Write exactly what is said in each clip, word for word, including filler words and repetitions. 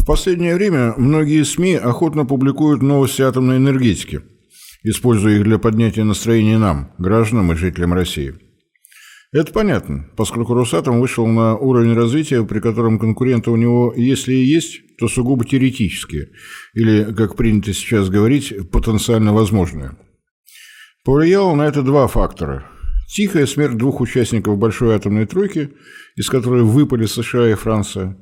В последнее время многие СМИ охотно публикуют новости атомной энергетики, используя их для поднятия настроения нам, гражданам и жителям России. Это понятно, поскольку Росатом вышел на уровень развития, при котором конкуренты у него, если и есть, то сугубо теоретические, или, как принято сейчас говорить, потенциально возможные. Повлияло на это два фактора. Тихая смерть двух участников Большой атомной тройки, из которой выпали США и Франция,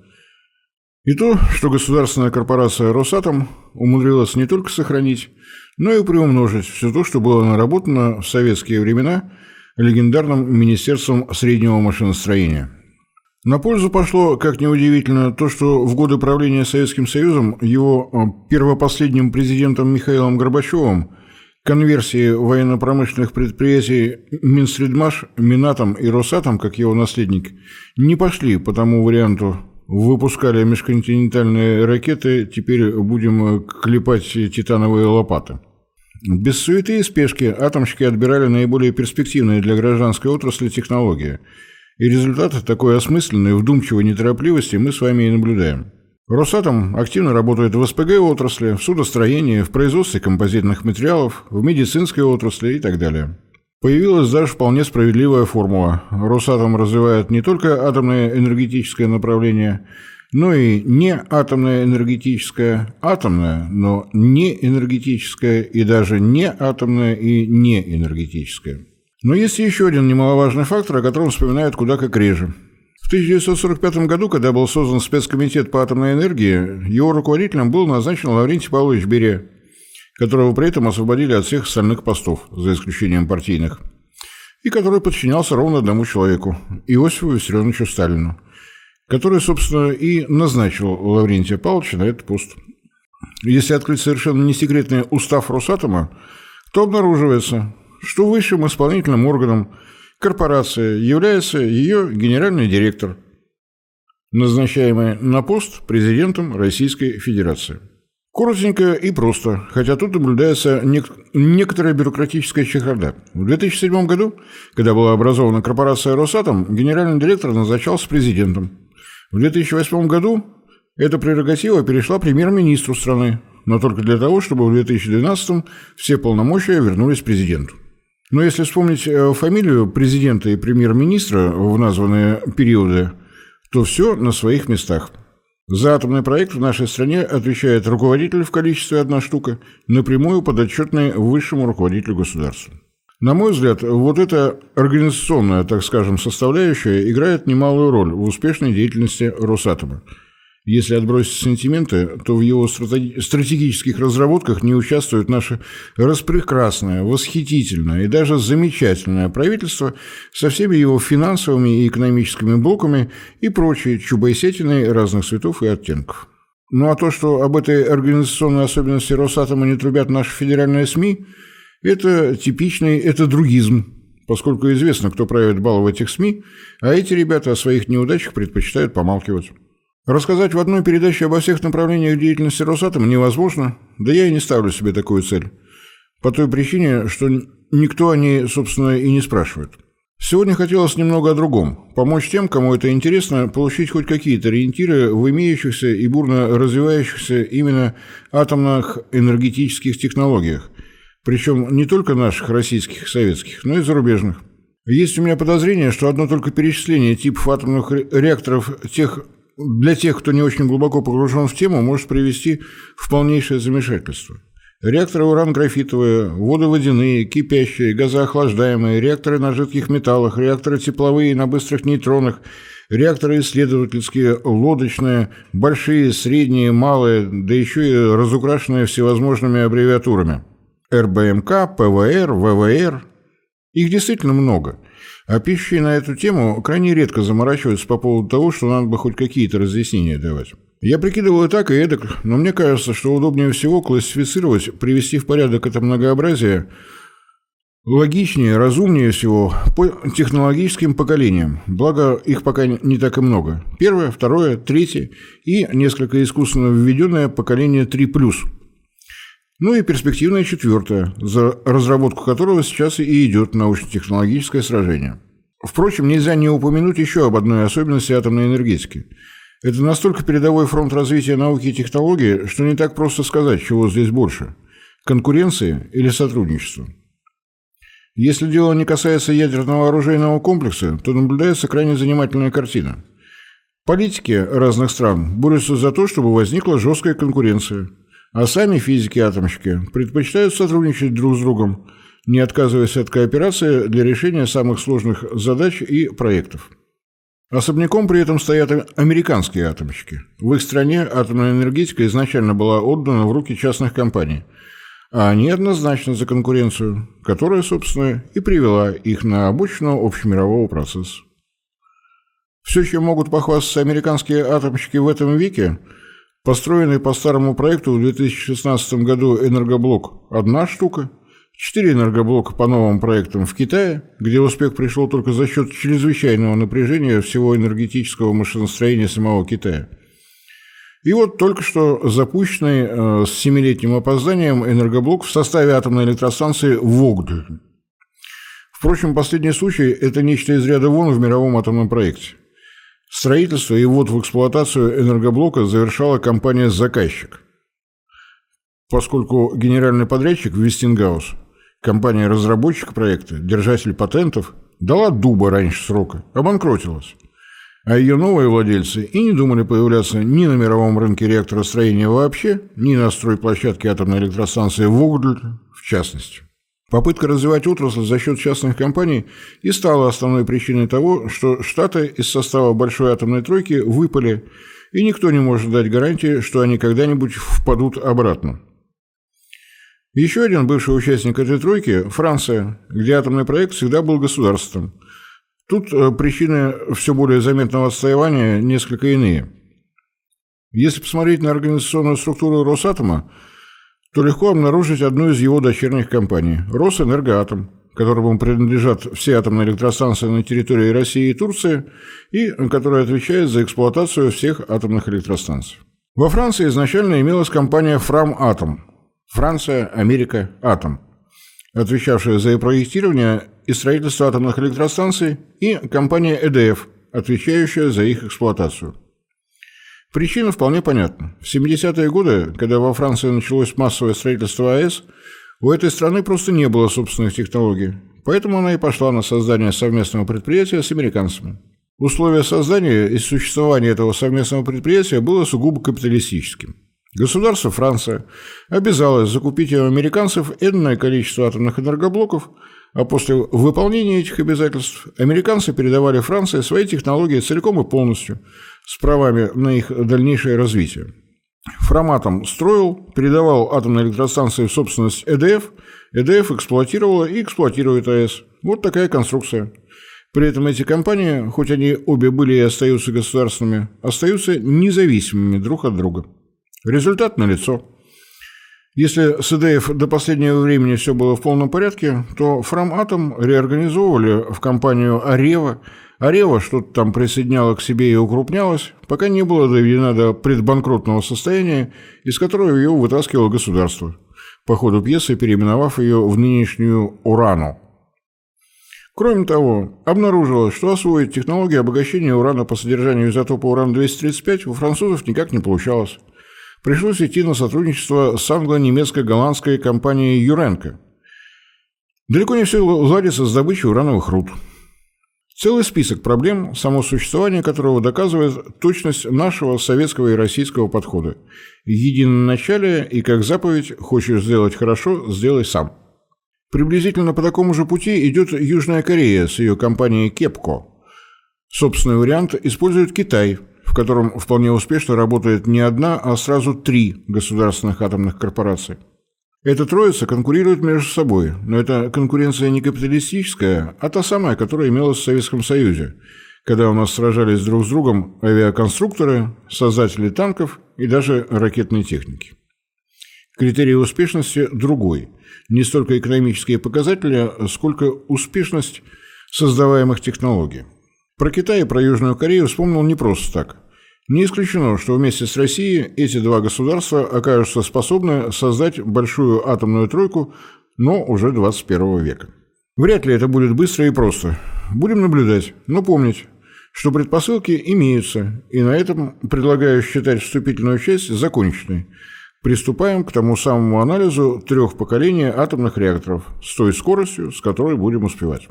и то, что государственная корпорация «Росатом» умудрилась не только сохранить, но и приумножить все то, что было наработано в советские времена легендарным Министерством среднего машиностроения. На пользу пошло, как ни удивительно, то, что в годы правления Советским Союзом его первопоследним президентом Михаилом Горбачевым конверсии военно-промышленных предприятий Минсредмаш, Минатом и Росатом, как его наследник, не пошли по тому варианту: выпускали межконтинентальные ракеты, теперь будем клепать титановые лопаты. Без суеты и спешки атомщики отбирали наиболее перспективные для гражданской отрасли технологии. И результаты такой осмысленной, вдумчивой неторопливости мы с вами и наблюдаем. Росатом активно работает в СПГ отрасли, в судостроении, в производстве композитных материалов, в медицинской отрасли и так далее. Появилась даже вполне справедливая формула. Росатом развивает не только атомное энергетическое направление, но и не атомное энергетическое, атомное, но не энергетическое, и даже не атомное и не энергетическое. Но есть еще один немаловажный фактор, о котором вспоминают куда как реже. В тысяча девятьсот сорок пятом году, когда был создан спецкомитет по атомной энергии, его руководителем был назначен Лаврентий Павлович Берия, которого при этом освободили от всех остальных постов, за исключением партийных, и который подчинялся ровно одному человеку – Иосифу Виссарионовичу Сталину, который, собственно, и назначил Лаврентия Павловича на этот пост. Если открыть совершенно не секретный устав Росатома, то обнаруживается, что высшим исполнительным органом корпорации является ее генеральный директор, назначаемый на пост президентом Российской Федерации. Коротенько и просто, хотя тут наблюдается нек- некоторая бюрократическая чехарда. В две тысячи седьмом году, когда была образована корпорация «Росатом», генеральный директор назначался президентом. В две тысячи восьмом году эта прерогатива перешла премьер-министру страны, но только для того, чтобы в две тысячи двенадцатом все полномочия вернулись президенту. Но если вспомнить фамилию президента и премьер-министра в названные периоды, то все на своих местах. За атомный проект в нашей стране отвечает руководитель в количестве одна штука, напрямую подотчетный высшему руководителю государства. На мой взгляд, вот эта организационная, так скажем, составляющая играет немалую роль в успешной деятельности Росатома. Если отбросить сантименты, то в его стратегических разработках не участвует наше распрекрасное, восхитительное и даже замечательное правительство со всеми его финансовыми и экономическими блоками и прочей чубайсятиной разных цветов и оттенков. Ну а то, что об этой организационной особенности Росатома не трубят наши федеральные СМИ, это типичный это другизм, поскольку известно, кто правит бал в этих СМИ, а эти ребята о своих неудачах предпочитают помалкивать. Рассказать в одной передаче обо всех направлениях деятельности Росатома невозможно, да я и не ставлю себе такую цель. По той причине, что никто о ней, собственно, и не спрашивает. Сегодня хотелось немного о другом. Помочь тем, кому это интересно, получить хоть какие-то ориентиры в имеющихся и бурно развивающихся именно атомных энергетических технологиях. Причем не только наших, российских, советских, но и зарубежных. Есть у меня подозрение, что одно только перечисление типов атомных реакторов тех для тех, кто не очень глубоко погружен в тему, может привести в полнейшее замешательство. Реакторы уран-графитовые, водоводяные, кипящие, газоохлаждаемые, реакторы на жидких металлах, реакторы тепловые на быстрых нейтронах, реакторы исследовательские, лодочные, большие, средние, малые, да еще и разукрашенные всевозможными аббревиатурами. эр бэ эм ка, пэ вэ эр, вэ вэ эр. Их действительно много. А пишущие на эту тему крайне редко заморачиваются по поводу того, что надо бы хоть какие-то разъяснения давать. Я прикидывал и так, и эдак, но мне кажется, что удобнее всего классифицировать, привести в порядок это многообразие логичнее, разумнее всего по технологическим поколениям, благо их пока не так и много. Первое, второе, третье и несколько искусственно введенное поколение три плюс. Ну и перспективное четвертое, за разработку которого сейчас и идет научно-технологическое сражение. Впрочем, нельзя не упомянуть еще об одной особенности атомной энергетики. Это настолько передовой фронт развития науки и технологий, что не так просто сказать, чего здесь больше – конкуренции или сотрудничества. Если дело не касается ядерного оружейного комплекса, то наблюдается крайне занимательная картина. Политики разных стран борются за то, чтобы возникла жесткая конкуренция, а сами физики-атомщики предпочитают сотрудничать друг с другом, не отказываясь от кооперации для решения самых сложных задач и проектов. Особняком при этом стоят американские атомщики. В их стране атомная энергетика изначально была отдана в руки частных компаний, а они однозначно за конкуренцию, которая, собственно, и привела их на обочину общемирового процесса. Все, чем могут похвастаться американские атомщики в этом веке, построенный по старому проекту в две тысячи шестнадцатом году энергоблок – одна штука, четыре энергоблока по новым проектам в Китае, где успех пришел только за счет чрезвычайного напряжения всего энергетического машиностроения самого Китая. И вот только что запущенный э, с семилетним опозданием энергоблок в составе атомной электростанции Вогдль. Впрочем, последний случай – это нечто из ряда вон в мировом атомном проекте. Строительство и ввод в эксплуатацию энергоблока завершала компания-заказчик. Поскольку генеральный подрядчик Вестингаус, компания-разработчик проекта, держатель патентов, дала дуба раньше срока, обанкротилась. А ее новые владельцы и не думали появляться ни на мировом рынке реакторостроения вообще, ни на стройплощадке атомной электростанции Вогдль в частности. Попытка развивать отрасль за счет частных компаний и стала основной причиной того, что Штаты из состава большой атомной тройки выпали, и никто не может дать гарантии, что они когда-нибудь впадут обратно. Еще один бывший участник этой тройки – Франция, где атомный проект всегда был государством. Тут причины все более заметного отставания несколько иные. Если посмотреть на организационную структуру Росатома, то легко обнаружить одну из его дочерних компаний – Росэнергоатом, которому принадлежат все атомные электростанции на территории России и Турции, и которая отвечает за эксплуатацию всех атомных электростанций. Во Франции изначально имелась компания Фраматом – Франция, Америка, Атом, отвечавшая за проектирование и строительство атомных электростанций, и компания и ди эф, отвечающая за их эксплуатацию. Причина вполне понятна. В семидесятые годы, когда во Франции началось массовое строительство АЭС, у этой страны просто не было собственных технологий, поэтому она и пошла на создание совместного предприятия с американцами. Условие создания и существования этого совместного предприятия было сугубо капиталистическим. Государство Франция обязалось закупить у американцев энное количество атомных энергоблоков, а после выполнения этих обязательств американцы передавали Франции свои технологии целиком и полностью, с правами на их дальнейшее развитие. Фраматом строил, передавал атомные электростанции в собственность и ди эф, и ди эф эксплуатировала и эксплуатирует АЭС. Вот такая конструкция. При этом эти компании, хоть они обе были и остаются государственными, остаются независимыми друг от друга. Результат налицо. Если с и ди эф до последнего времени все было в полном порядке, то Фраматом реорганизовывали в компанию Арева. Арева что-то там присоединяла к себе и укрупнялась, пока не было доведена до предбанкротного состояния, из которого ее вытаскивало государство, по ходу пьесы переименовав ее в нынешнюю «Урану». Кроме того, обнаружилось, что освоить технологию обогащения урана по содержанию изотопа уран двести тридцать пять у французов никак не получалось. Пришлось идти на сотрудничество с англо-немецко-голландской компанией «Юренко». Далеко не все ладится с добычей урановых руд. Целый список проблем, само существование которого доказывает точность нашего советского и российского подхода. Единоначалие и как заповедь «хочешь сделать хорошо, сделай сам». Приблизительно по такому же пути идет Южная Корея с ее компанией «Кепко». Собственный вариант использует Китай, в котором вполне успешно работает не одна, а сразу три государственных атомных корпорации. Эта троица конкурирует между собой, но эта конкуренция не капиталистическая, а та самая, которая имелась в Советском Союзе, когда у нас сражались друг с другом авиаконструкторы, создатели танков и даже ракетной техники. Критерий успешности другой. Не столько экономические показатели, сколько успешность создаваемых технологий. Про Китай и про Южную Корею вспомнил не просто так. Не исключено, что вместе с Россией эти два государства окажутся способны создать большую атомную тройку, но уже двадцать первого века. Вряд ли это будет быстро и просто. Будем наблюдать, но помнить, что предпосылки имеются, и на этом предлагаю считать вступительную часть законченной. Приступаем к тому самому анализу трех поколений атомных реакторов с той скоростью, с которой будем успевать.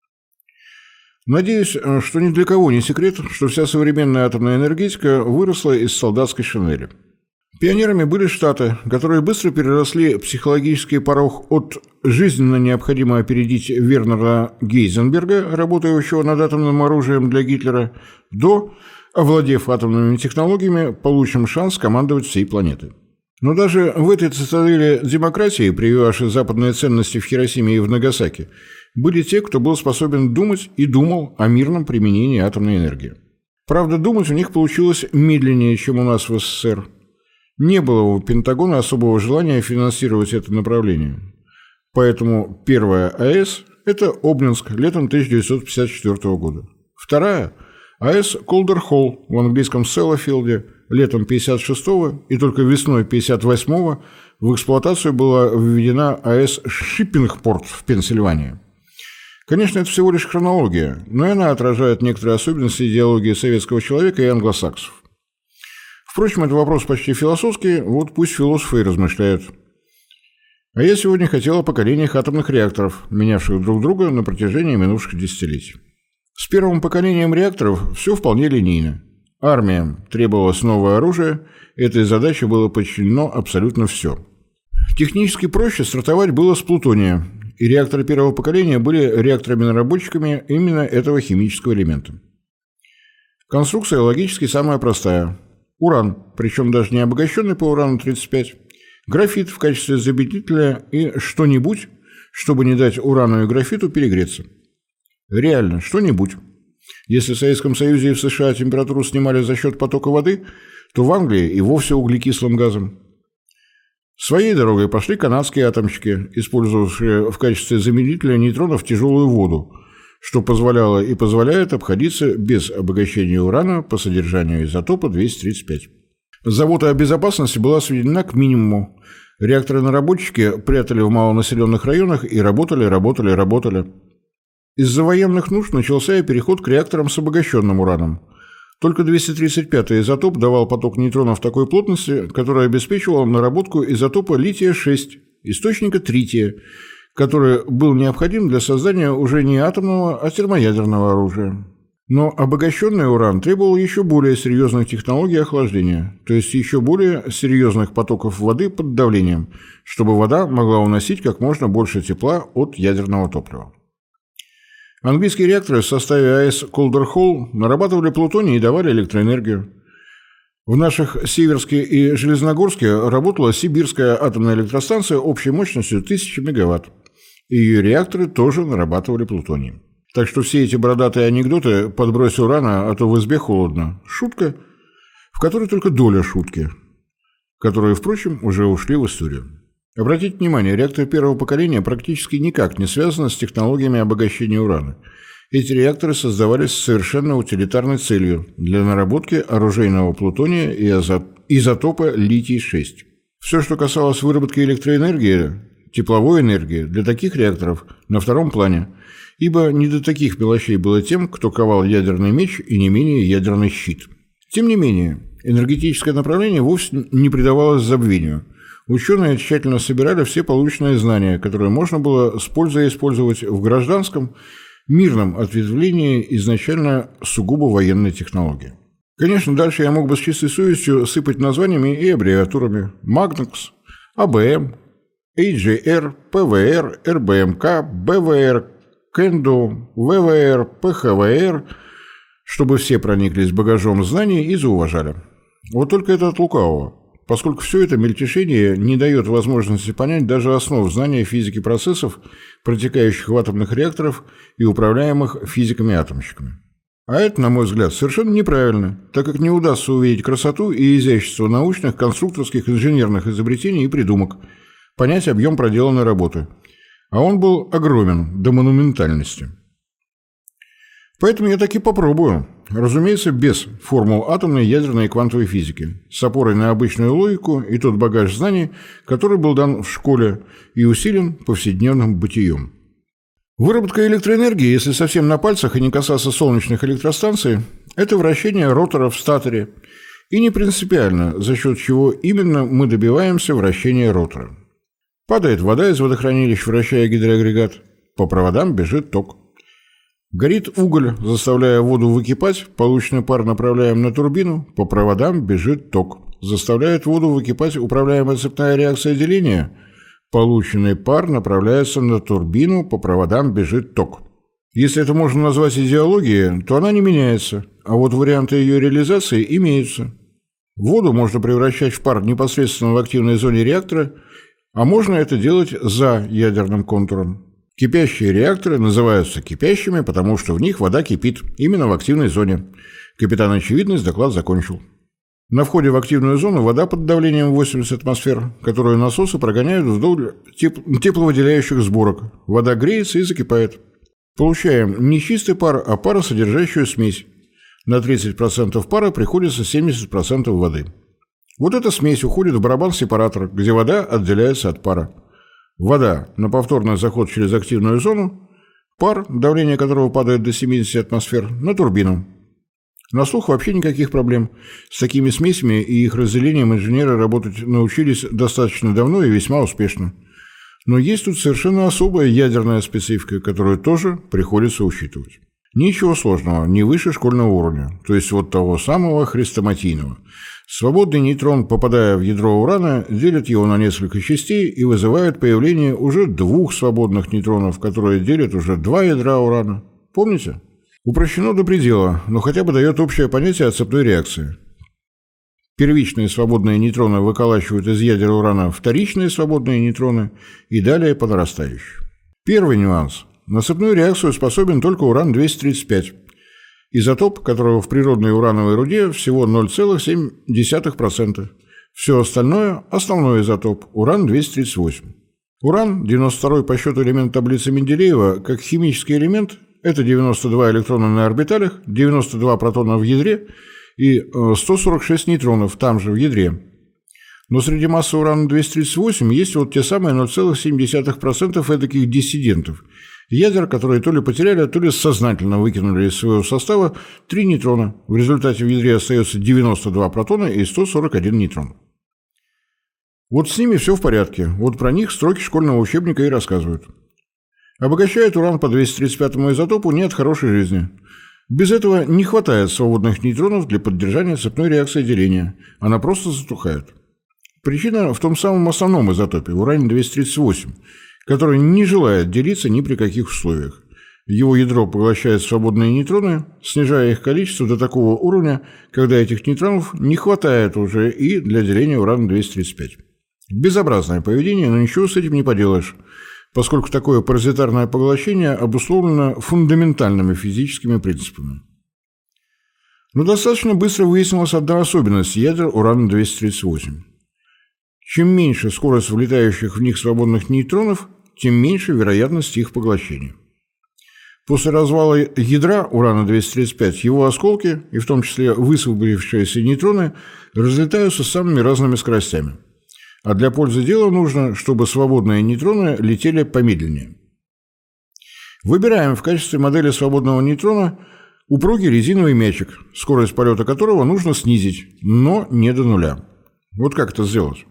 Надеюсь, что ни для кого не секрет, что вся современная атомная энергетика выросла из солдатской шинели. Пионерами были Штаты, которые быстро переросли психологический порог от жизненно необходимо опередить Вернера Гейзенберга, работающего над атомным оружием для Гитлера, до, овладев атомными технологиями, получим шанс командовать всей планетой. Но даже в этой цитадели демократии, прививавшей западные ценности в Хиросиме и в Нагасаки, были те, кто был способен думать и думал о мирном применении атомной энергии. Правда, думать у них получилось медленнее, чем у нас в СССР. Не было у Пентагона особого желания финансировать это направление. Поэтому первая АЭС – это Обнинск летом тысяча девятьсот пятьдесят четвёртого года. Вторая – АЭС Колдер-Холл в английском Селлофилде летом пятьдесят шестого и только весной пятьдесят восьмого в эксплуатацию была введена АЭС Шиппингпорт в Пенсильвании. Конечно, это всего лишь хронология, но она отражает некоторые особенности идеологии советского человека и англосаксов. Впрочем, это вопрос почти философский, вот пусть философы и размышляют. А я сегодня хотел о поколениях атомных реакторов, менявших друг друга на протяжении минувших десятилетий. С первым поколением реакторов все вполне линейно. Армиям требовалось новое оружие, этой задаче было подчинено абсолютно все. Технически проще стартовать было с плутония, и реакторы первого поколения были реакторами-наработчиками именно этого химического элемента. Конструкция логически самая простая. Уран, причем даже не обогащенный по урану тридцать пять, графит в качестве заместителя и что-нибудь, чтобы не дать урану и графиту перегреться. Реально, что-нибудь. Если в Советском Союзе и в США температуру снимали за счет потока воды, то в Англии и вовсе углекислым газом. Своей дорогой пошли канадские атомщики, использовавшие в качестве заместителя нейтронов тяжелую воду, что позволяло и позволяет обходиться без обогащения урана по содержанию изотопа двести тридцать пять. Забота о безопасности была сведена к минимуму. Реакторы-наработчики прятали в малонаселенных районах и работали, работали, работали. Из-за военных нужд начался и переход к реакторам с обогащенным ураном. Только двести тридцать пятый изотоп давал поток нейтронов такой плотности, которая обеспечивала наработку изотопа лития шесть, источника трития, который был необходим для создания уже не атомного, а термоядерного оружия. Но обогащенный уран требовал еще более серьезных технологий охлаждения, то есть еще более серьезных потоков воды под давлением, чтобы вода могла уносить как можно больше тепла от ядерного топлива. Английские реакторы в составе АЭС Колдер-Холл нарабатывали плутоний и давали электроэнергию. В наших Северске и Железногорске работала Сибирская атомная электростанция общей мощностью тысяча мегаватт. И ее реакторы тоже нарабатывали плутоний. Так что все эти бородатые анекдоты «подбрось урана, а то в избе холодно» – шутка, в которой только доля шутки, которые, впрочем, уже ушли в историю. Обратите внимание, реакторы первого поколения практически никак не связаны с технологиями обогащения урана. Эти реакторы создавались с совершенно утилитарной целью для наработки оружейного плутония и изотопа литий шесть. Все, что касалось выработки электроэнергии, тепловой энергии, для таких реакторов на втором плане, ибо не до таких мелочей было тем, кто ковал ядерный меч и не менее ядерный щит. Тем не менее, энергетическое направление вовсе не предавалось забвению. Ученые тщательно собирали все полученные знания, которые можно было с пользой использовать в гражданском, мирном ответвлении изначально сугубо военной технологии. Конечно, дальше я мог бы с чистой совестью сыпать названиями и аббревиатурами: Магнакс, АБМ, эй джей ар, ПВР, РБМК, БВР, Кенду, ВВР, ПХВР, чтобы все прониклись багажом знаний и зауважали. Вот только это от лукавого, поскольку все это мельтешение не дает возможности понять даже основ знания физики процессов, протекающих в атомных реакторах и управляемых физиками-атомщиками. А это, на мой взгляд, совершенно неправильно, так как не удастся увидеть красоту и изящество научных, конструкторских, инженерных изобретений и придумок, понять объем проделанной работы. А он был огромен до монументальности. Поэтому я таки попробую, разумеется, без формул атомной, ядерной и квантовой физики, с опорой на обычную логику и тот багаж знаний, который был дан в школе и усилен повседневным бытием. Выработка электроэнергии, если совсем на пальцах и не касаться солнечных электростанций, это вращение ротора в статоре, и не принципиально, за счет чего именно мы добиваемся вращения ротора. Падает вода из водохранилищ, вращая гидроагрегат, по проводам бежит ток. Горит уголь, заставляя воду выкипать, полученный пар направляем на турбину, по проводам бежит ток. Заставляет воду выкипать управляемая цепная реакция деления, полученный пар направляется на турбину, по проводам бежит ток. Если это можно назвать идеологией, то она не меняется, а вот варианты ее реализации имеются. Воду можно превращать в пар непосредственно в активной зоне реактора, а можно это делать за ядерным контуром. Кипящие реакторы называются кипящими, потому что в них вода кипит, именно в активной зоне. Капитан Очевидность доклад закончил. На входе в активную зону вода под давлением восемьдесят атмосфер, которую насосы прогоняют вдоль теп- тепловыделяющих сборок. Вода греется и закипает. Получаем не чистый пар, а паросодержащую смесь. На тридцать процентов пара приходится семьдесят процентов воды. Вот эта смесь уходит в барабан сепаратора, где вода отделяется от пара. Вода на повторный заход через активную зону, пар, давление которого падает до семидесяти атмосфер, на турбину. На слух вообще никаких проблем. С такими смесями и их разделением инженеры работать научились достаточно давно и весьма успешно. Но есть тут совершенно особая ядерная специфика, которую тоже приходится учитывать. Ничего сложного, не выше школьного уровня, то есть вот того самого хрестоматийного. Свободный нейтрон, попадая в ядро урана, делит его на несколько частей и вызывает появление уже двух свободных нейтронов, которые делят уже два ядра урана. Помните? Упрощено до предела, но хотя бы дает общее понятие о цепной реакции. Первичные свободные нейтроны выколачивают из ядер урана вторичные свободные нейтроны и далее по нарастающей. Первый нюанс. На цепную реакцию способен только уран двести тридцать пять. Изотоп, которого в природной урановой руде всего ноль целых семь десятых процента. Все остальное – основной изотоп, уран двести тридцать восемь. Уран, девяносто второй по счету элемент таблицы Менделеева, как химический элемент – это девяносто два электрона на орбиталях, девяносто два протона в ядре и сто сорок шесть нейтронов там же в ядре. Но среди массы урана двести тридцать восемь есть вот те самые ноль целых семь десятых процента эдаких диссидентов. Ядер, которые то ли потеряли, то ли сознательно выкинули из своего состава три нейтрона. В результате в ядре остается девяносто два протона и сто сорок один нейтрон. Вот с ними все в порядке. Вот про них строки школьного учебника и рассказывают. Обогащает уран по двести тридцать пятому изотопу не от хорошей жизни. Без этого не хватает свободных нейтронов для поддержания цепной реакции деления. Она просто затухает. Причина в том самом основном изотопе, уране двести тридцать восемь, который не желает делиться ни при каких условиях. Его ядро поглощает свободные нейтроны, снижая их количество до такого уровня, когда этих нейтронов не хватает уже и для деления урана двести тридцать пять. Безобразное поведение, но ничего с этим не поделаешь, поскольку такое паразитарное поглощение обусловлено фундаментальными физическими принципами. Но достаточно быстро выяснилась одна особенность ядер урана двести тридцать восемь. Чем меньше скорость влетающих в них свободных нейтронов, тем меньше вероятность их поглощения. После развала ядра урана двести тридцать пять его осколки, и в том числе высвободившиеся нейтроны, разлетаются с самыми разными скоростями. А для пользы дела нужно, чтобы свободные нейтроны летели помедленнее. Выбираем в качестве модели свободного нейтрона упругий резиновый мячик, скорость полета которого нужно снизить, но не до нуля. Вот как это сделать?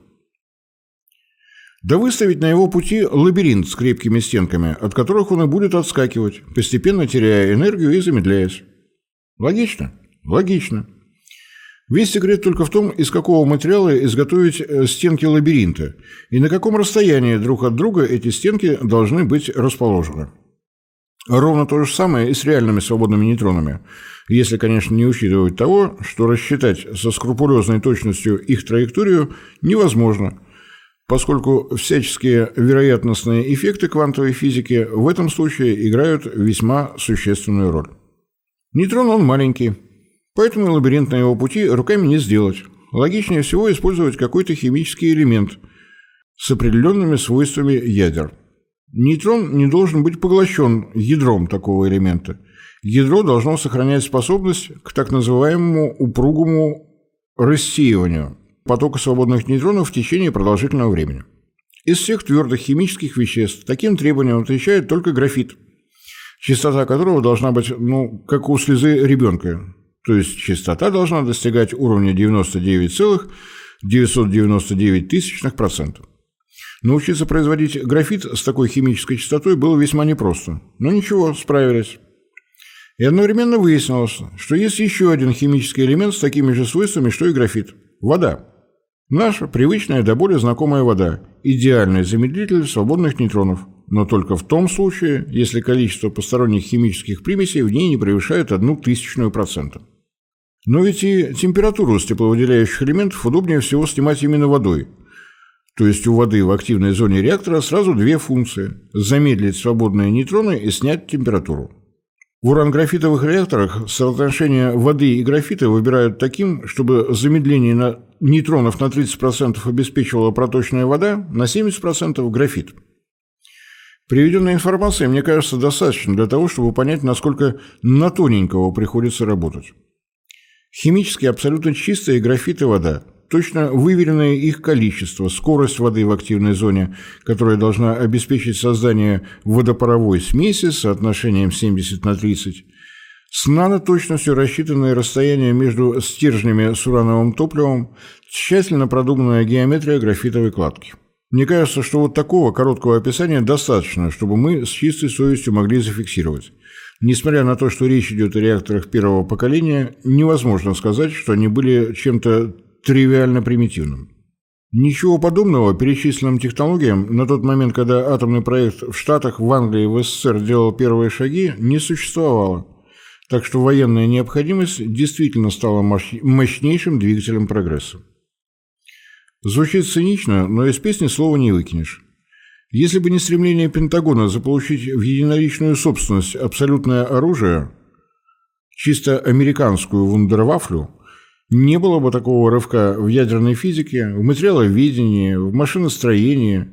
Да выставить на его пути лабиринт с крепкими стенками, от которых он и будет отскакивать, постепенно теряя энергию и замедляясь. Логично? Логично. Весь секрет только в том, из какого материала изготовить стенки лабиринта и на каком расстоянии друг от друга эти стенки должны быть расположены. Ровно то же самое и с реальными свободными нейтронами, если, конечно, не учитывать того, что рассчитать со скрупулезной точностью их траекторию невозможно, поскольку всяческие вероятностные эффекты квантовой физики в этом случае играют весьма существенную роль. Нейтрон он маленький, поэтому лабиринт на его пути руками не сделать. Логичнее всего использовать какой-то химический элемент с определенными свойствами ядер. Нейтрон не должен быть поглощен ядром такого элемента. Ядро должно сохранять способность к так называемому упругому рассеиванию потока свободных нейтронов в течение продолжительного времени. Из всех твердых химических веществ таким требованиям отвечает только графит. частота которого должна быть, ну, как у слезы ребенка. То есть частота должна достигать уровня девяносто девять целых девятьсот девяносто девять тысячных процента. Научиться производить графит с такой химической частотой было весьма непросто. Но ничего, справились. И одновременно выяснилось, что есть еще один химический элемент с такими же свойствами, что и графит – вода. Наша привычная до боли знакомая вода – идеальный замедлитель свободных нейтронов, но только в том случае, если количество посторонних химических примесей в ней не превышает одну тысячную процента. Но ведь и температуру с тепловыделяющих элементов удобнее всего снимать именно водой. То есть у воды в активной зоне реактора сразу две функции – замедлить свободные нейтроны и снять температуру. В уран-графитовых реакторах соотношение воды и графита выбирают таким, чтобы замедление на нейтронов на тридцать процентов обеспечивала проточная вода, на семьдесят процентов графит. Приведенной информации, мне кажется, достаточно для того, чтобы понять, насколько на тоненького приходится работать. Химически абсолютно чистая графит и вода. Точно выверенное их количество, скорость воды в активной зоне, которая должна обеспечить создание водопаровой смеси с соотношением семьдесят на тридцать, с наноточностью рассчитанное расстояние между стержнями с урановым топливом, тщательно продуманная геометрия графитовой кладки. Мне кажется, что вот такого короткого описания достаточно, чтобы мы с чистой совестью могли зафиксировать. Несмотря на то, что речь идет о реакторах первого поколения, невозможно сказать, что они были чем-то тривиально примитивным. Ничего подобного перечисленным технологиям на тот момент, когда атомный проект в Штатах, в Англии и в СССР делал первые шаги, не существовало. Так что военная необходимость действительно стала мощнейшим двигателем прогресса. Звучит цинично, но из песни слова не выкинешь. Если бы не стремление Пентагона заполучить в единоличную собственность абсолютное оружие, чисто американскую вундервафлю, не было бы такого рывка в ядерной физике, в материаловедении, в машиностроении,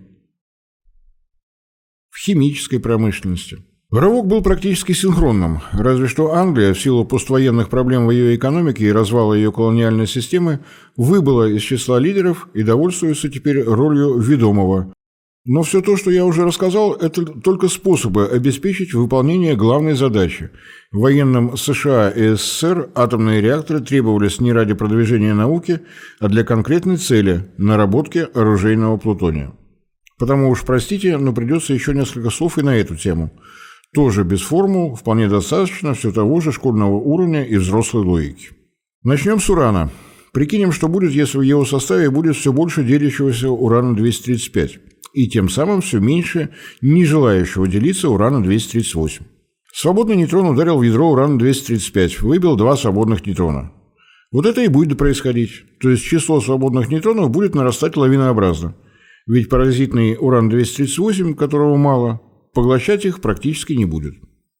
в химической промышленности. Рывок был практически синхронным, разве что Англия, в силу поствоенных проблем в ее экономике и развала ее колониальной системы, выбыла из числа лидеров и довольствуется теперь ролью ведомого. Но все то, что я уже рассказал, это только способы обеспечить выполнение главной задачи. Военным США и СССР атомные реакторы требовались не ради продвижения науки, а для конкретной цели – наработки оружейного плутония. Потому уж простите, но придется еще несколько слов и на эту тему. Тоже без формул, вполне достаточно все того же школьного уровня и взрослой логики. Начнем с урана. Прикинем, что будет, если в его составе будет все больше делящегося урана двести тридцать пять. И тем самым все меньше не желающего делиться урана двести тридцать восемь. Свободный нейтрон ударил в ядро урана двести тридцать пять, выбил два свободных нейтрона. Вот это и будет происходить. То есть число свободных нейтронов будет нарастать лавинообразно. Ведь паразитный уран двести тридцать восемь, которого мало, поглощать их практически не будет.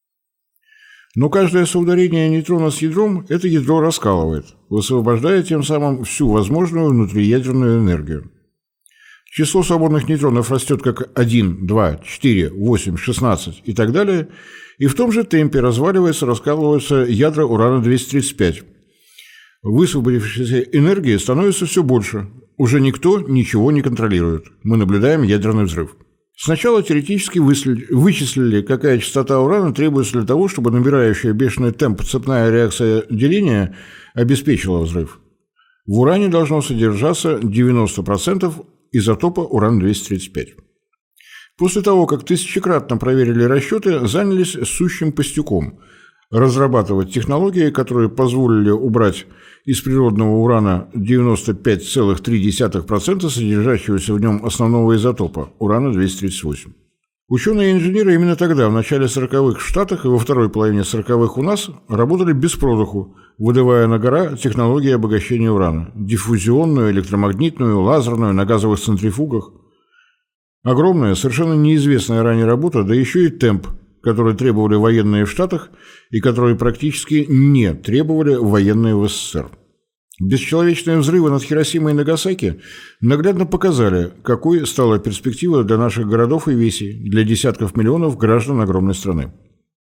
Но каждое соударение нейтрона с ядром это ядро раскалывает, высвобождая тем самым всю возможную внутриядерную энергию. Число свободных нейтронов растет как один, два, четыре, восемь, шестнадцать и так далее, и в том же темпе разваливается, раскалываются ядра урана двести тридцать пять. Высвободившейся энергии становится все больше. Уже никто ничего не контролирует. Мы наблюдаем ядерный взрыв. Сначала теоретически вычислили, какая частота урана требуется для того, чтобы набирающая бешеный темп цепная реакция деления обеспечила взрыв. В уране должно содержаться девяносто процентов изотопа уран двести тридцать пять. После того, как тысячекратно проверили расчеты, занялись сущим пустяком – разрабатывать технологии, которые позволили убрать из природного урана девяносто пять целых три десятых процента содержащегося в нем основного изотопа – урана двести тридцать восемь. Ученые и инженеры именно тогда, в начале сороковых в Штатах и во второй половине сороковых у нас, работали без продыху, выдавая на гора технологии обогащения урана – диффузионную, электромагнитную, лазерную, на газовых центрифугах. Огромная, совершенно неизвестная ранее работа, да еще и темп, который требовали военные в Штатах и которые практически не требовали военные в СССР. Бесчеловечные взрывы над Хиросимой и Нагасаки наглядно показали, какой стала перспектива для наших городов и весей, для десятков миллионов граждан огромной страны.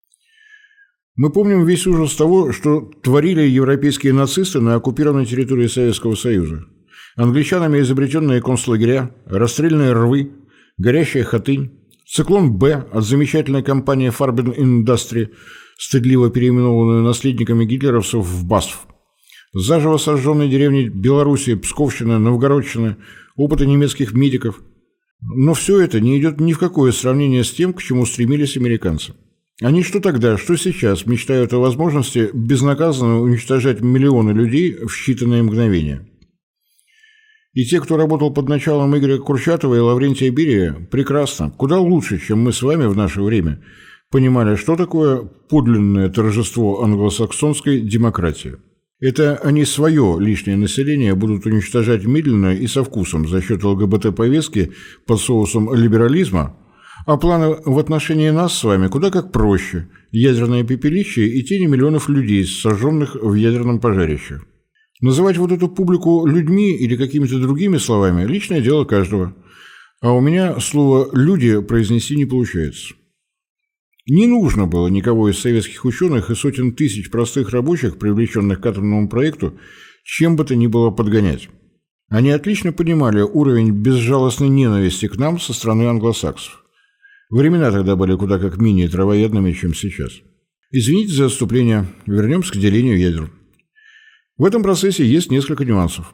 Мы помним весь ужас того, что творили европейские нацисты на оккупированной территории Советского Союза. Англичанами изобретенные концлагеря, расстрельные рвы, горящая Хатынь, Циклон Б от замечательной компании Farben Industry, стыдливо переименованную наследниками гитлеровцев в БАСФ. Заживо сожженные деревни Белоруссии, Псковщины, Новгородщины, опыты немецких медиков. Но все это не идет ни в какое сравнение с тем, к чему стремились американцы. Они что тогда, что сейчас мечтают о возможности безнаказанно уничтожать миллионы людей в считанные мгновения. И те, кто работал под началом Игоря Курчатова и Лаврентия Берия, прекрасно, куда лучше, чем мы с вами в наше время, понимали, что такое подлинное торжество англосаксонской демократии. Это они свое лишнее население будут уничтожать медленно и со вкусом за счет ЛГБТ-повестки под соусом либерализма, а планы в отношении нас с вами куда как проще – ядерное пепелище и тени миллионов людей, сожженных в ядерном пожарище. Называть вот эту публику людьми или какими-то другими словами – личное дело каждого. А у меня слово «люди» произнести не получается. Не нужно было никого из советских ученых и сотен тысяч простых рабочих, привлеченных к атомному проекту, чем бы то ни было подгонять. Они отлично понимали уровень безжалостной ненависти к нам со стороны англосаксов. Времена тогда были куда как менее травоядными, чем сейчас. Извините за отступление, вернемся к делению ядер. В этом процессе есть несколько нюансов.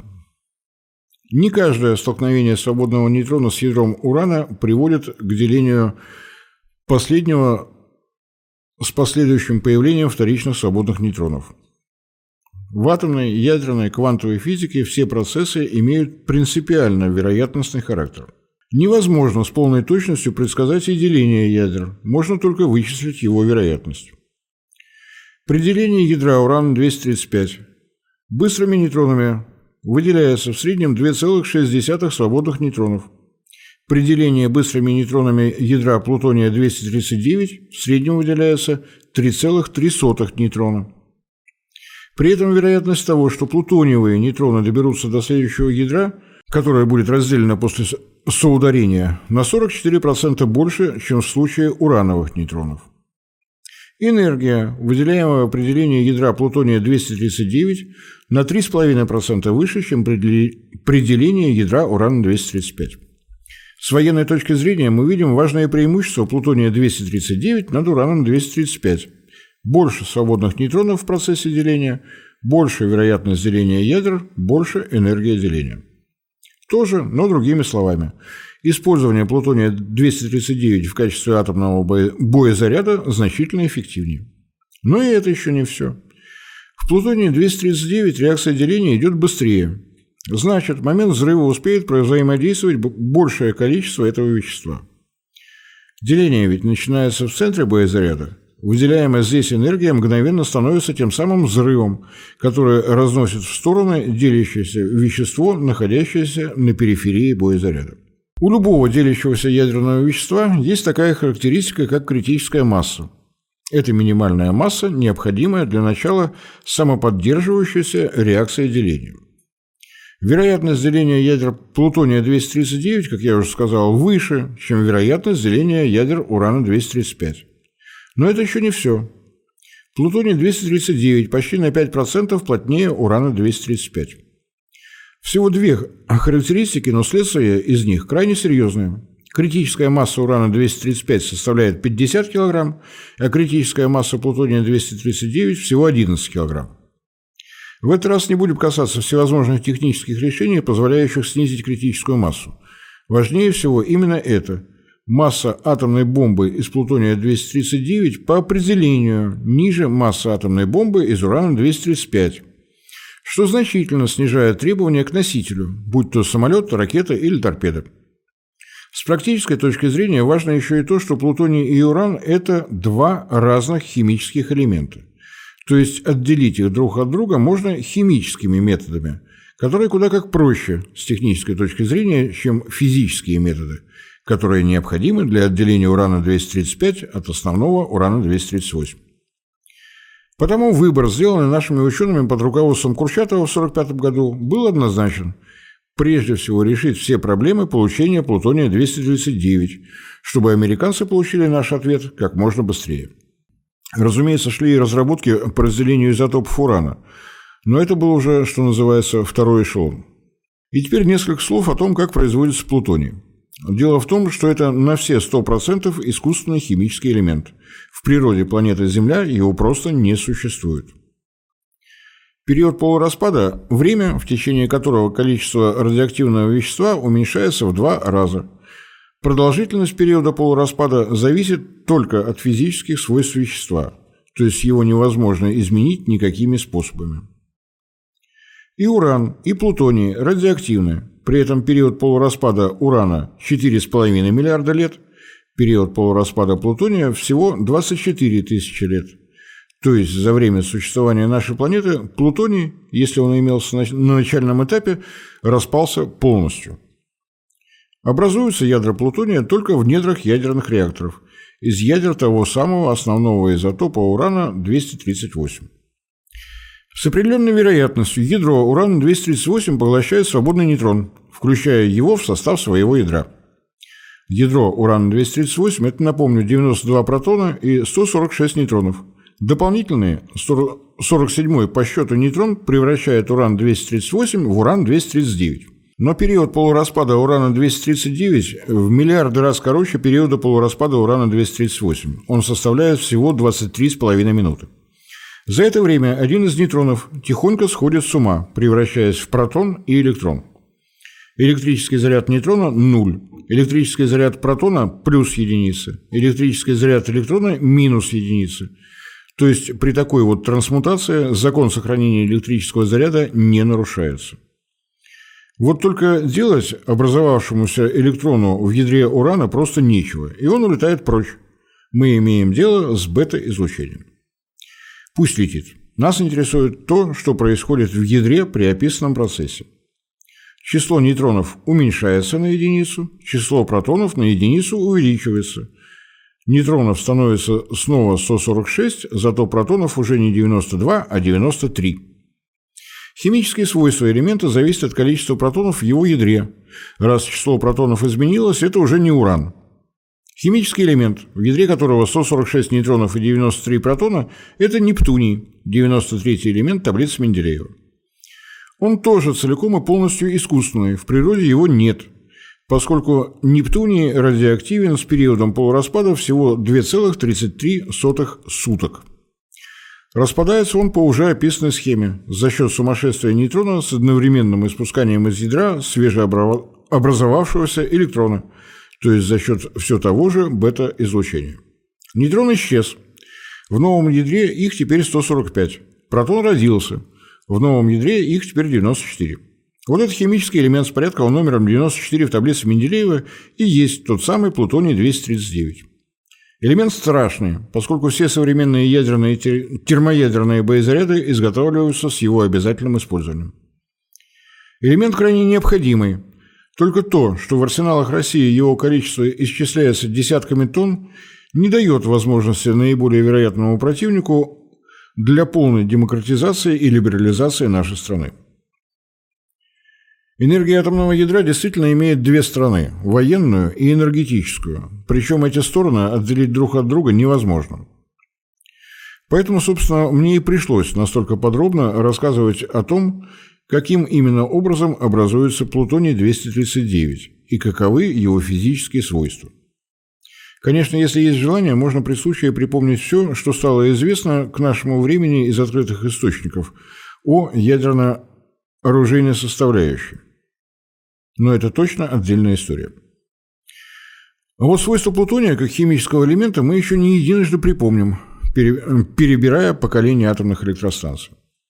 Не каждое столкновение свободного нейтрона с ядром урана приводит к делению последнего с последующим появлением вторичных свободных нейтронов. В атомной, ядерной, квантовой физике все процессы имеют принципиально вероятностный характер. Невозможно с полной точностью предсказать и деление ядер, можно только вычислить его вероятность. При делении ядра урана двести тридцать пять быстрыми нейтронами выделяется в среднем две целых шесть десятых свободных нейтронов. При делении быстрыми нейтронами ядра плутония двести тридцать девять в среднем выделяется три целых три сотых нейтрона. При этом вероятность того, что плутониевые нейтроны доберутся до следующего ядра, которое будет разделено после соударения, на сорок четыре процента больше, чем в случае урановых нейтронов. Энергия, выделяемая при делении ядра плутония двести тридцать девять, на три целых пять десятых процента выше, чем при делении ядра урана двести тридцать пять. С военной точки зрения мы видим важное преимущество плутония двести тридцать девять над ураном двести тридцать пять. Больше свободных нейтронов в процессе деления, больше вероятность деления ядер, больше энергия деления. Тоже, но другими словами. Использование плутония двести тридцать девять в качестве атомного боезаряда значительно эффективнее. Но и это еще не все. В плутонии двести тридцать девять реакция деления идет быстрее. Значит, в момент взрыва успеет взаимодействовать большее количество этого вещества. Деление ведь начинается в центре боезаряда. Выделяемая здесь энергия мгновенно становится тем самым взрывом, который разносит в стороны делящееся вещество, находящееся на периферии боезаряда. У любого делящегося ядерного вещества есть такая характеристика, как критическая масса. Это минимальная масса, необходимая для начала самоподдерживающейся реакции деления. Вероятность деления ядер плутония двести тридцать девять, как я уже сказал, выше, чем вероятность деления ядер урана двести тридцать пять. Но это еще не все. Плутоний двести тридцать девять почти на пять процентов плотнее урана двести тридцать пять. Всего две характеристики, но следствие из них крайне серьезные. Критическая масса урана двести тридцать пять составляет пятьдесят килограмм, а критическая масса плутония двести тридцать девять всего одиннадцать килограмм. В этот раз не будем касаться всевозможных технических решений, позволяющих снизить критическую массу. Важнее всего именно это. Масса атомной бомбы из плутония двести тридцать девять по определению ниже массы атомной бомбы из урана двести тридцать пять, что значительно снижает требования к носителю, будь то самолет, ракета или торпеда. С практической точки зрения важно еще и то, что плутоний и уран – это два разных химических элемента. То есть отделить их друг от друга можно химическими методами, которые куда как проще с технической точки зрения, чем физические методы, которые необходимы для отделения урана двести тридцать пять от основного урана двести тридцать восемь. Потому выбор, сделанный нашими учеными под руководством Курчатова в сорок пятом году, был однозначен. Прежде всего решить все проблемы получения плутония двести тридцать девять, чтобы американцы получили наш ответ как можно быстрее. Разумеется, шли и разработки по разделению изотопов урана, но это был уже, что называется, второй эшелон. И теперь несколько слов о том, как производится плутоний. Дело в том, что это на все сто процентов искусственный химический элемент. В природе планеты Земля его просто не существует. Период полураспада – время, в течение которого количество радиоактивного вещества уменьшается в два раза. Продолжительность периода полураспада зависит только от физических свойств вещества, то есть его невозможно изменить никакими способами. И уран, и плутоний радиоактивны. При этом период полураспада урана – четыре с половиной миллиарда лет, период полураспада плутония всего двадцать четыре тысячи лет. То есть за время существования нашей планеты плутоний, если он имелся на начальном этапе, распался полностью. Образуются ядра плутония только в недрах ядерных реакторов, из ядер того самого основного изотопа урана двести тридцать восемь. С определенной вероятностью ядро урана двести тридцать восемь поглощает свободный нейтрон, включая его в состав своего ядра. Ядро урана двести тридцать восемь – это, напомню, девяносто два протона и сто сорок шесть нейтронов. Дополнительный сорок седьмой по счету нейтрон превращает уран двести тридцать восемь в уран двести тридцать девять. Но период полураспада урана двести тридцать девять в миллиарды раз короче периода полураспада урана двести тридцать восемь. Он составляет всего двадцать три с половиной минуты. За это время один из нейтронов тихонько сходит с ума, превращаясь в протон и электрон. Электрический заряд нейтрона – нуль, электрический заряд протона – плюс единица, электрический заряд электрона – минус единица. То есть при такой вот трансмутации закон сохранения электрического заряда не нарушается. Вот только делать образовавшемуся электрону в ядре урана просто нечего, и он улетает прочь. Мы имеем дело с бета-излучением. Пусть летит. Нас интересует то, что происходит в ядре при описанном процессе. Число нейтронов уменьшается на единицу, число протонов на единицу увеличивается. Нейтронов становится снова сто сорок шесть, зато протонов уже не девяносто два, а девяносто три. Химические свойства элемента зависят от количества протонов в его ядре. Раз число протонов изменилось, это уже не уран. Химический элемент, в ядре которого сто сорок шесть нейтронов и девяносто три протона, это нептуний, девяносто третий элемент таблицы Менделеева. Он тоже целиком и полностью искусственный, в природе его нет, поскольку нептуний радиоактивен с периодом полураспада всего две целых тридцать три сотых суток. Распадается он по уже описанной схеме за счет сумасшествия нейтрона с одновременным испусканием из ядра свежеобразовавшегося электрона, то есть за счет все того же бета-излучения. Нейтрон исчез. В новом ядре их теперь сто сорок пять. Протон родился. В новом ядре их теперь девяносто четыре. Вот этот химический элемент с порядковым номером девяносто четыре в таблице Менделеева и есть тот самый плутоний двести тридцать девять. Элемент страшный, поскольку все современные ядерные и термоядерные боезаряды изготавливаются с его обязательным использованием. Элемент крайне необходимый. Только то, что в арсеналах России его количество исчисляется десятками тонн, не дает возможности наиболее вероятному противнику для полной демократизации и либерализации нашей страны. Энергия атомного ядра действительно имеет две стороны – военную и энергетическую, причем эти стороны отделить друг от друга невозможно. Поэтому, собственно, мне и пришлось настолько подробно рассказывать о том, каким именно образом образуется плутоний двести тридцать девять и каковы его физические свойства. Конечно, если есть желание, можно при случае припомнить все, что стало известно к нашему времени из открытых источников о ядерно-оружейной составляющей. Но это точно отдельная история. А вот свойства плутония как химического элемента мы еще не единожды припомним, перебирая поколения атомных электростанций.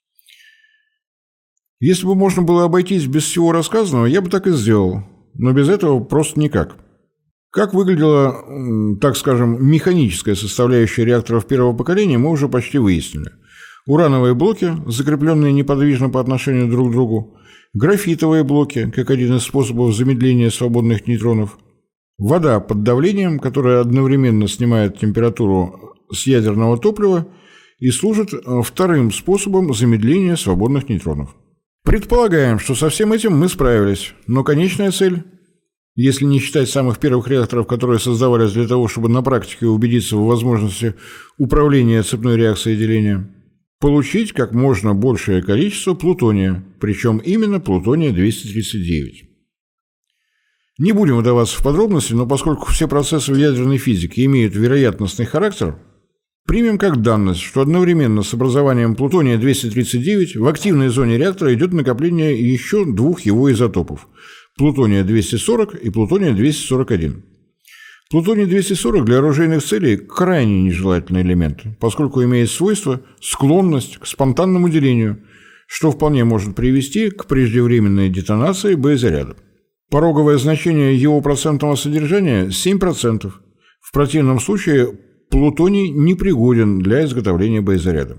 Если бы можно было обойтись без всего рассказанного, я бы так и сделал, но без этого просто никак. Как выглядела, так скажем, механическая составляющая реакторов первого поколения, мы уже почти выяснили. Урановые блоки, закрепленные неподвижно по отношению друг к другу, графитовые блоки, как один из способов замедления свободных нейтронов, вода под давлением, которая одновременно снимает температуру с ядерного топлива и служит вторым способом замедления свободных нейтронов. Предполагаем, что со всем этим мы справились, но конечная цель, если не считать самых первых реакторов, которые создавались для того, чтобы на практике убедиться в возможности управления цепной реакцией деления, получить как можно большее количество плутония, причем именно плутония двести тридцать девять. Не будем вдаваться в подробности, но поскольку все процессы в ядерной физике имеют вероятностный характер, примем как данность, что одновременно с образованием плутония двести тридцать девять в активной зоне реактора идет накопление еще двух его изотопов – плутония двести сорок и плутония двести сорок один. Плутоний двести сорок для оружейных целей крайне нежелательный элемент, поскольку имеет свойство склонность к спонтанному делению, что вполне может привести к преждевременной детонации боезаряда. Пороговое значение его процентного содержания – семь процентов. В противном случае плутоний непригоден для изготовления боезаряда.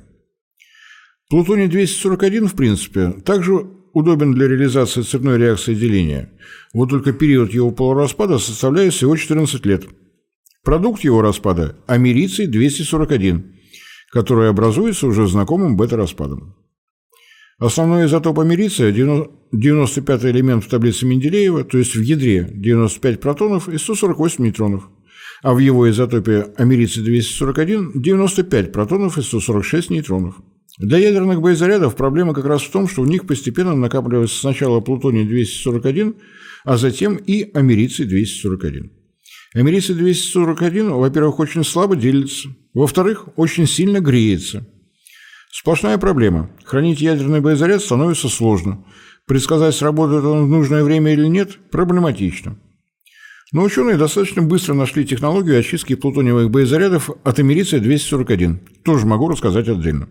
Плутоний двести сорок один, в принципе, также удобен для реализации цепной реакции деления, вот только период его полураспада составляет всего четырнадцать лет. Продукт его распада – америций двести сорок один, который образуется уже знакомым бета-распадом. Основной изотоп америция – девяносто пятый элемент в таблице Менделеева, то есть в ядре девяносто пять протонов и сто сорок восемь нейтронов, а в его изотопе америций двести сорок один – девяносто пять протонов и сто сорок шесть нейтронов. Для ядерных боезарядов проблема как раз в том, что в них постепенно накапливается сначала плутоний двести сорок один, а затем и америций двести сорок один. Америций двести сорок один, во-первых, очень слабо делится, во-вторых, очень сильно греется. Сплошная проблема. Хранить ядерный боезаряд становится сложно. Предсказать, сработает он в нужное время или нет, проблематично. Но ученые достаточно быстро нашли технологию очистки плутониевых боезарядов от америция двести сорок один. Тоже могу рассказать отдельно.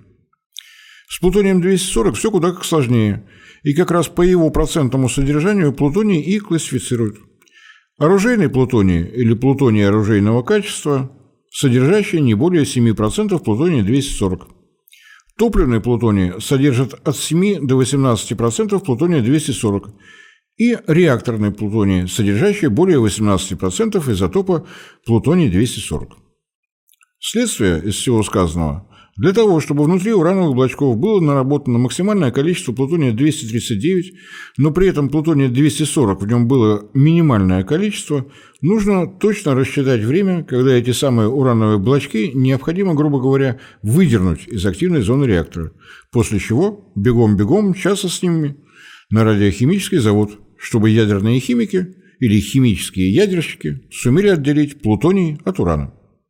С плутонием двести сорок все куда как сложнее, и как раз по его процентному содержанию плутоний и классифицируют. Оружейный плутоний или плутоний оружейного качества, содержащий не более семи процентов плутония двести сорок. Топливный плутоний содержит от семи до восемнадцати процентов плутония двести сорок и реакторный плутоний, содержащий более восемнадцати процентов изотопа плутоний двести сорок. Следствие из всего сказанного: для того, чтобы внутри урановых блочков было наработано максимальное количество плутония двести тридцать девять, но при этом плутония двести сорок в нем было минимальное количество, нужно точно рассчитать время, когда эти самые урановые блочки необходимо, грубо говоря, выдернуть из активной зоны реактора, после чего бегом-бегом мчаться с ними на радиохимический завод, чтобы ядерные химики или химические ядерщики сумели отделить плутоний от урана.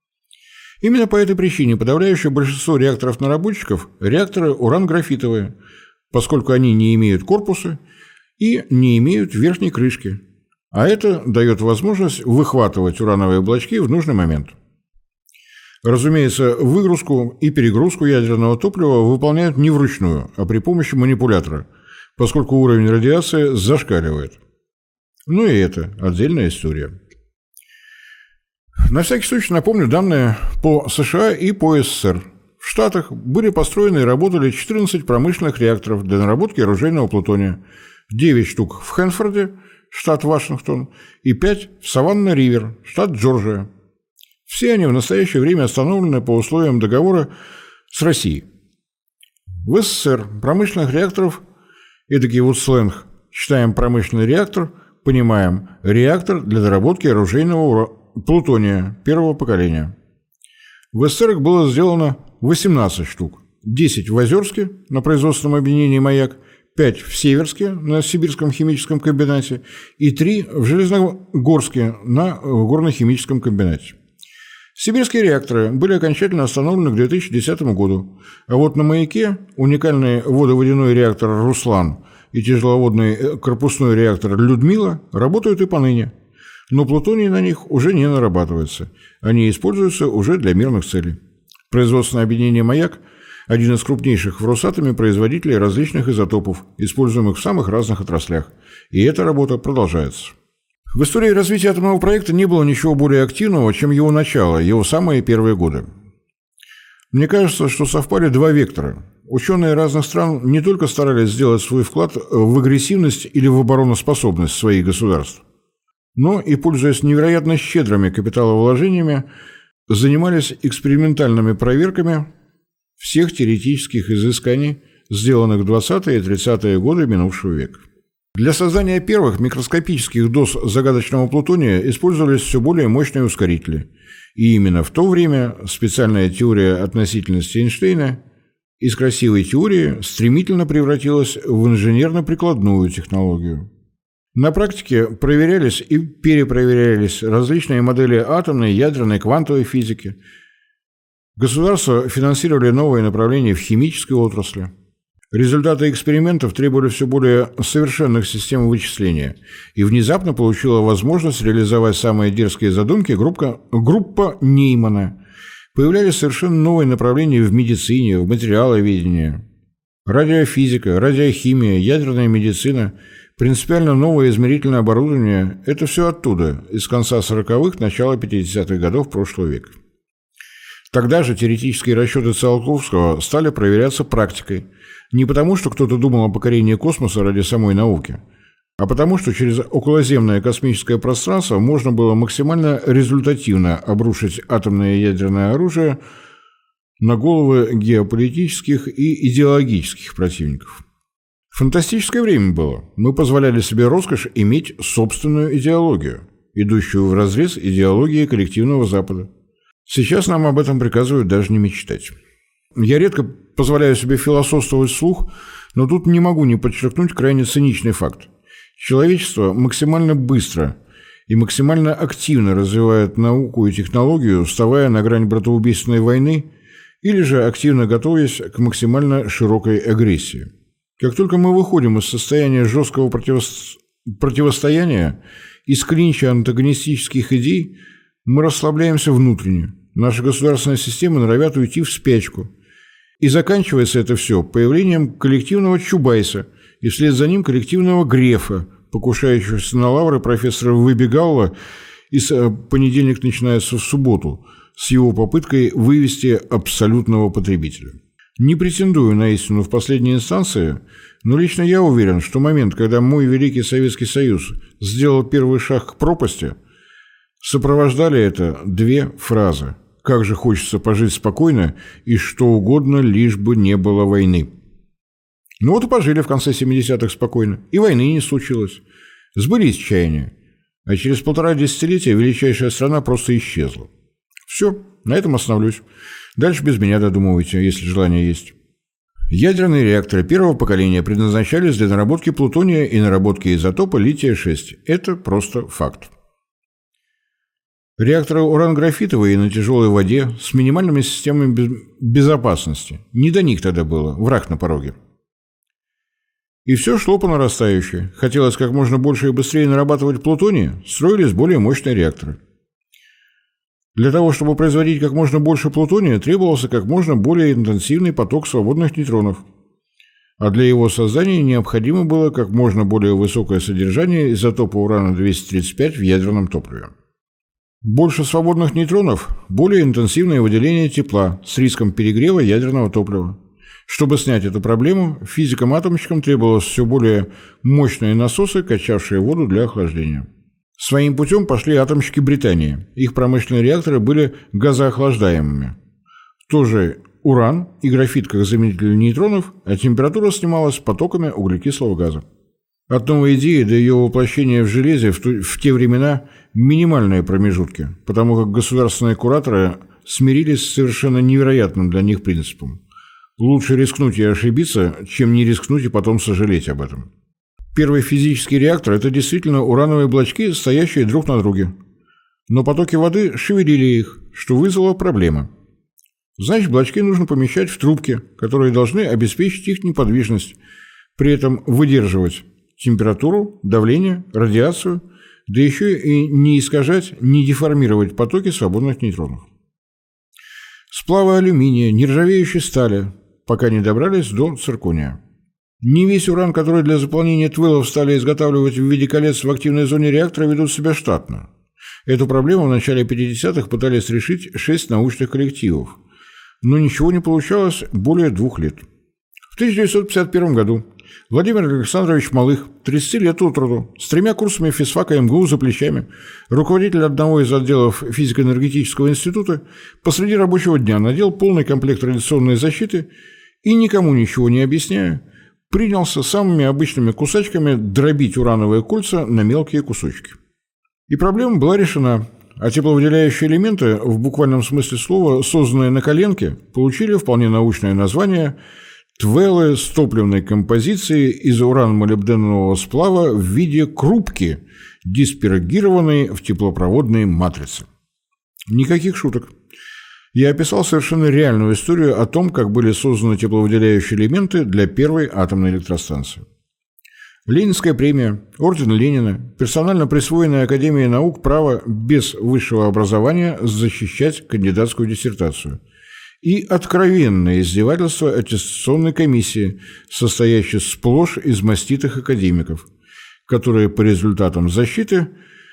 Именно по этой причине подавляющее большинство реакторов-наработчиков – реакторы уран-графитовые, поскольку они не имеют корпуса и не имеют верхней крышки, а это дает возможность выхватывать урановые блочки в нужный момент. Разумеется, выгрузку и перегрузку ядерного топлива выполняют не вручную, а при помощи манипулятора, поскольку уровень радиации зашкаливает. Ну и это отдельная история. На всякий случай напомню данные по США и по СССР. В Штатах были построены и работали четырнадцать промышленных реакторов для наработки оружейного плутония, девять штук в Хэнфорде, штат Вашингтон, и пять в Саванна-Ривер, штат Джорджия. Все они в настоящее время остановлены по условиям договора с Россией. В СССР промышленных реакторов, эдакий вот сленг, читаем промышленный реактор, понимаем реактор для доработки оружейного плутония первого поколения. В СССР их было сделано восемнадцать штук, десять в Озерске на производственном объединении «Маяк», пять в Северске на Сибирском химическом комбинате и три в Железногорске на горно-химическом комбинате. Сибирские реакторы были окончательно остановлены к две тысячи десятому году, а вот на «Маяке» уникальный водоводяной реактор «Руслан» и тяжеловодный корпусной реактор «Людмила» работают и поныне. Но плутоний на них уже не нарабатывается, они используются уже для мирных целей. Производственное объединение «Маяк» – один из крупнейших в Росатоме производителей различных изотопов, используемых в самых разных отраслях, и эта работа продолжается. В истории развития атомного проекта не было ничего более активного, чем его начало, его самые первые годы. Мне кажется, что совпали два вектора. Ученые разных стран не только старались сделать свой вклад в агрессивность или в обороноспособность своих государств, но и, пользуясь невероятно щедрыми капиталовложениями, занимались экспериментальными проверками всех теоретических изысканий, сделанных в двадцатые и тридцатые годы минувшего века. Для создания первых микроскопических доз загадочного плутония использовались все более мощные ускорители, и именно в то время специальная теория относительности Эйнштейна из красивой теории стремительно превратилась в инженерно-прикладную технологию. На практике проверялись и перепроверялись различные модели атомной, ядерной, квантовой физики. Государства финансировали новые направления в химической отрасли. Результаты экспериментов требовали все более совершенных систем вычисления, и внезапно получила возможность реализовать самые дерзкие задумки группа, группа Неймана. Появлялись совершенно новые направления в медицине, в материаловедении. Радиофизика, радиохимия, ядерная медицина, принципиально новое измерительное оборудование – это все оттуда, из конца сороковых, начала пятидесятых годов прошлого века. Тогда же теоретические расчеты Циолковского стали проверяться практикой, не потому, что кто-то думал о покорении космоса ради самой науки, а потому, что через околоземное космическое пространство можно было максимально результативно обрушить атомное и ядерное оружие на головы геополитических и идеологических противников. Фантастическое время было. Мы позволяли себе роскошь иметь собственную идеологию, идущую вразрез идеологии коллективного Запада. Сейчас нам об этом приказывают даже не мечтать. Я редко позволяю себе философствовать вслух, но тут не могу не подчеркнуть крайне циничный факт. Человечество максимально быстро и максимально активно развивает науку и технологию, вставая на грань братоубийственной войны или же активно готовясь к максимально широкой агрессии. Как только мы выходим из состояния жесткого противос... противостояния, из клинча антагонистических идей, мы расслабляемся внутренне. Наши государственные системы норовят уйти в спячку. И заканчивается это все появлением коллективного Чубайса и вслед за ним коллективного Грефа, покушающегося на лавры профессора Выбегалла, и понедельник начинается в субботу, с его попыткой вывести абсолютного потребителя. Не претендую на истину в последней инстанции, но лично я уверен, что момент, когда мой великий Советский Союз сделал первый шаг к пропасти, сопровождали это две фразы: «Как же хочется пожить спокойно и что угодно, лишь бы не было войны». Ну вот и пожили в конце семидесятых спокойно, и войны не случилось. Сбылись чаяния, а через полтора десятилетия величайшая страна просто исчезла. Все, на этом остановлюсь. Дальше без меня додумывайте, если желание есть. Ядерные реакторы первого поколения предназначались для наработки плутония и наработки изотопа лития шесть. Это просто факт. Реакторы уран-графитовые на тяжелой воде с минимальными системами безопасности. Не до них тогда было, враг на пороге. И все шло по нарастающей. Хотелось как можно больше и быстрее нарабатывать плутоний, строились более мощные реакторы. Для того, чтобы производить как можно больше плутония, требовался как можно более интенсивный поток свободных нейтронов. А для его создания необходимо было как можно более высокое содержание изотопа урана двести тридцать пять в ядерном топливе. Больше свободных нейтронов – более интенсивное выделение тепла с риском перегрева ядерного топлива. Чтобы снять эту проблему, физикам-атомщикам требовалось все более мощные насосы, качавшие воду для охлаждения. Своим путем пошли атомщики Британии. Их промышленные реакторы были газоохлаждаемыми. Тоже уран и графит как заменители нейтронов, а температура снималась потоками углекислого газа. От новой идеи до ее воплощения в железе в, ту, в те времена минимальные промежутки, потому как государственные кураторы смирились с совершенно невероятным для них принципом. Лучше рискнуть и ошибиться, чем не рискнуть и потом сожалеть об этом. Первый физический реактор – это действительно урановые блочки, стоящие друг на друге. Но потоки воды шевелили их, что вызвало проблемы. Значит, блочки нужно помещать в трубки, которые должны обеспечить их неподвижность, при этом выдерживать температуру, давление, радиацию, да еще и не искажать, не деформировать потоки свободных нейтронов. Сплавы алюминия, нержавеющей стали, пока не добрались до циркония. Не весь уран, который для заполнения твелов стали изготавливать в виде колец в активной зоне реактора, ведут себя штатно. Эту проблему в начале пятидесятых пытались решить шесть научных коллективов, но ничего не получалось более двух лет. В тысяча девятьсот пятьдесят первом году Владимир Александрович Малых, тридцать лет от роду, с тремя курсами физфака эм гэ у за плечами, руководитель одного из отделов физико-энергетического института, посреди рабочего дня надел полный комплект радиационной защиты и, никому ничего не объясняя, принялся самыми обычными кусачками дробить урановые кольца на мелкие кусочки. И проблема была решена, а тепловыделяющие элементы, в буквальном смысле слова, созданные на коленке, получили вполне научное название твелы с топливной композицией из уран-молибденового сплава в виде крупки, диспергированной в теплопроводные матрицы. Никаких шуток. Я описал совершенно реальную историю о том, как были созданы тепловыделяющие элементы для первой атомной электростанции. Ленинская премия, орден Ленина, персонально присвоенная Академией наук право без высшего образования защищать кандидатскую диссертацию и откровенное издевательство аттестационной комиссии, состоящей сплошь из маститых академиков, которые по результатам защиты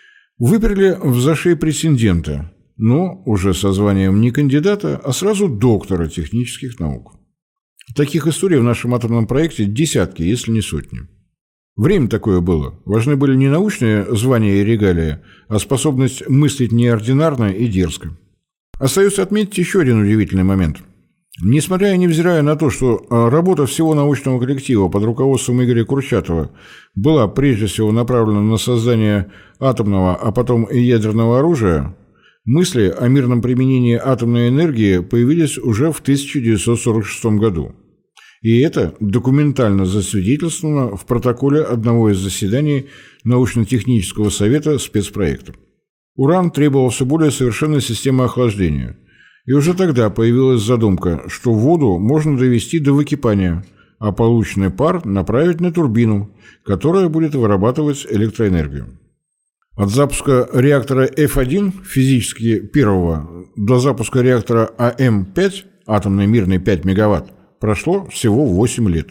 выперли в зашей претендента, но уже со званием не кандидата, а сразу доктора технических наук. Таких историй в нашем атомном проекте десятки, если не сотни. Время такое было. Важны были не научные звания и регалии, а способность мыслить неординарно и дерзко. Остается отметить еще один удивительный момент. Несмотря и невзирая на то, что работа всего научного коллектива под руководством Игоря Курчатова была прежде всего направлена на создание атомного, а потом и ядерного оружия, мысли о мирном применении атомной энергии появились уже в тысяча девятьсот сорок шестом году. И это документально засвидетельствовано в протоколе одного из заседаний научно-технического совета спецпроекта. Уран требовал все более совершенной системы охлаждения. И уже тогда появилась задумка, что воду можно довести до выкипания, а полученный пар направить на турбину, которая будет вырабатывать электроэнергию. От запуска реактора эф один, физически первого, до запуска реактора а эм пять, атомный мирный пять мегаватт, прошло всего восемь лет.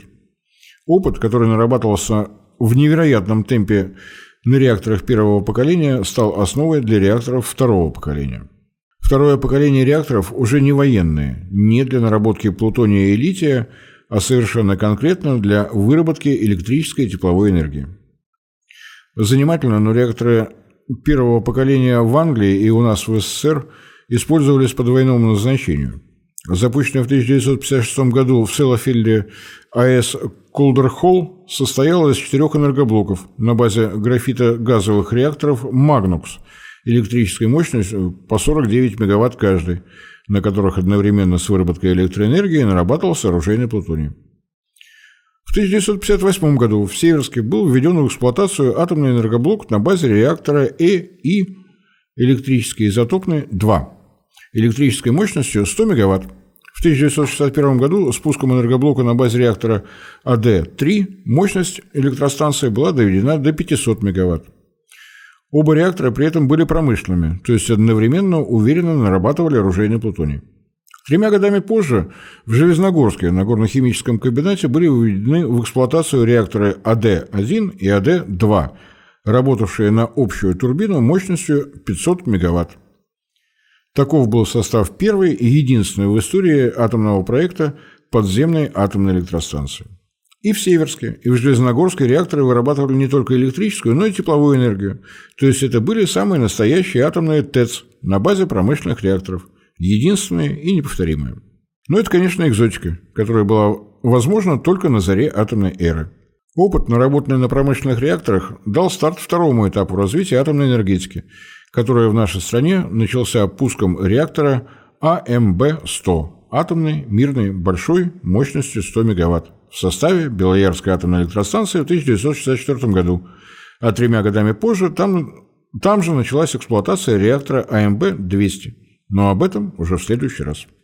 Опыт, который нарабатывался в невероятном темпе на реакторах первого поколения, стал основой для реакторов второго поколения. Второе поколение реакторов уже не военные, не для наработки плутония и лития, а совершенно конкретно для выработки электрической и тепловой энергии. Занимательно, но реакторы первого поколения в Англии и у нас в эс эс эс эр использовались по двойному назначению. Запущенная в тысяча девятьсот пятьдесят шестом году в Селлафилде а эс Колдер-Холл состояла из четырех энергоблоков на базе графитогазовых реакторов «Магнукс» электрической мощностью по сорок девять мегаватт каждый, на которых одновременно с выработкой электроэнергии нарабатывался оружейный плутоний. В тысяча девятьсот пятьдесят восьмом году в Северске был введен в эксплуатацию атомный энергоблок на базе реактора Э-И электрический изотопный два электрической мощностью сто мегаватт. В тысяча девятьсот шестьдесят первом году спуском энергоблока на базе реактора А Дэ три мощность электростанции была доведена до пятисот мегаватт. Оба реактора при этом были промышленными, то есть одновременно уверенно нарабатывали оружейный плутоний. Тремя годами позже в Железногорске на горно-химическом комбинате были введены в эксплуатацию реакторы А Дэ один и А Дэ два, работавшие на общую турбину мощностью пятьсот мегаватт. Таков был состав первой и единственной в истории атомного проекта подземной атомной электростанции. И в Северске, и в Железногорске реакторы вырабатывали не только электрическую, но и тепловую энергию. То есть это были самые настоящие атомные ТЭЦ на базе промышленных реакторов. Единственные и неповторимые. Но это, конечно, экзотика, которая была возможна только на заре атомной эры. Опыт, наработанный на промышленных реакторах, дал старт второму этапу развития атомной энергетики, которая в нашей стране начался пуском реактора А Эм Бэ сто, атомный, мирный, большой, мощностью сто мегаватт, в составе Белоярской атомной электростанции в тысяча девятьсот шестьдесят четвёртом году, а тремя годами позже там, там же началась эксплуатация реактора А Эм Бэ двести. Но об этом уже в следующий раз.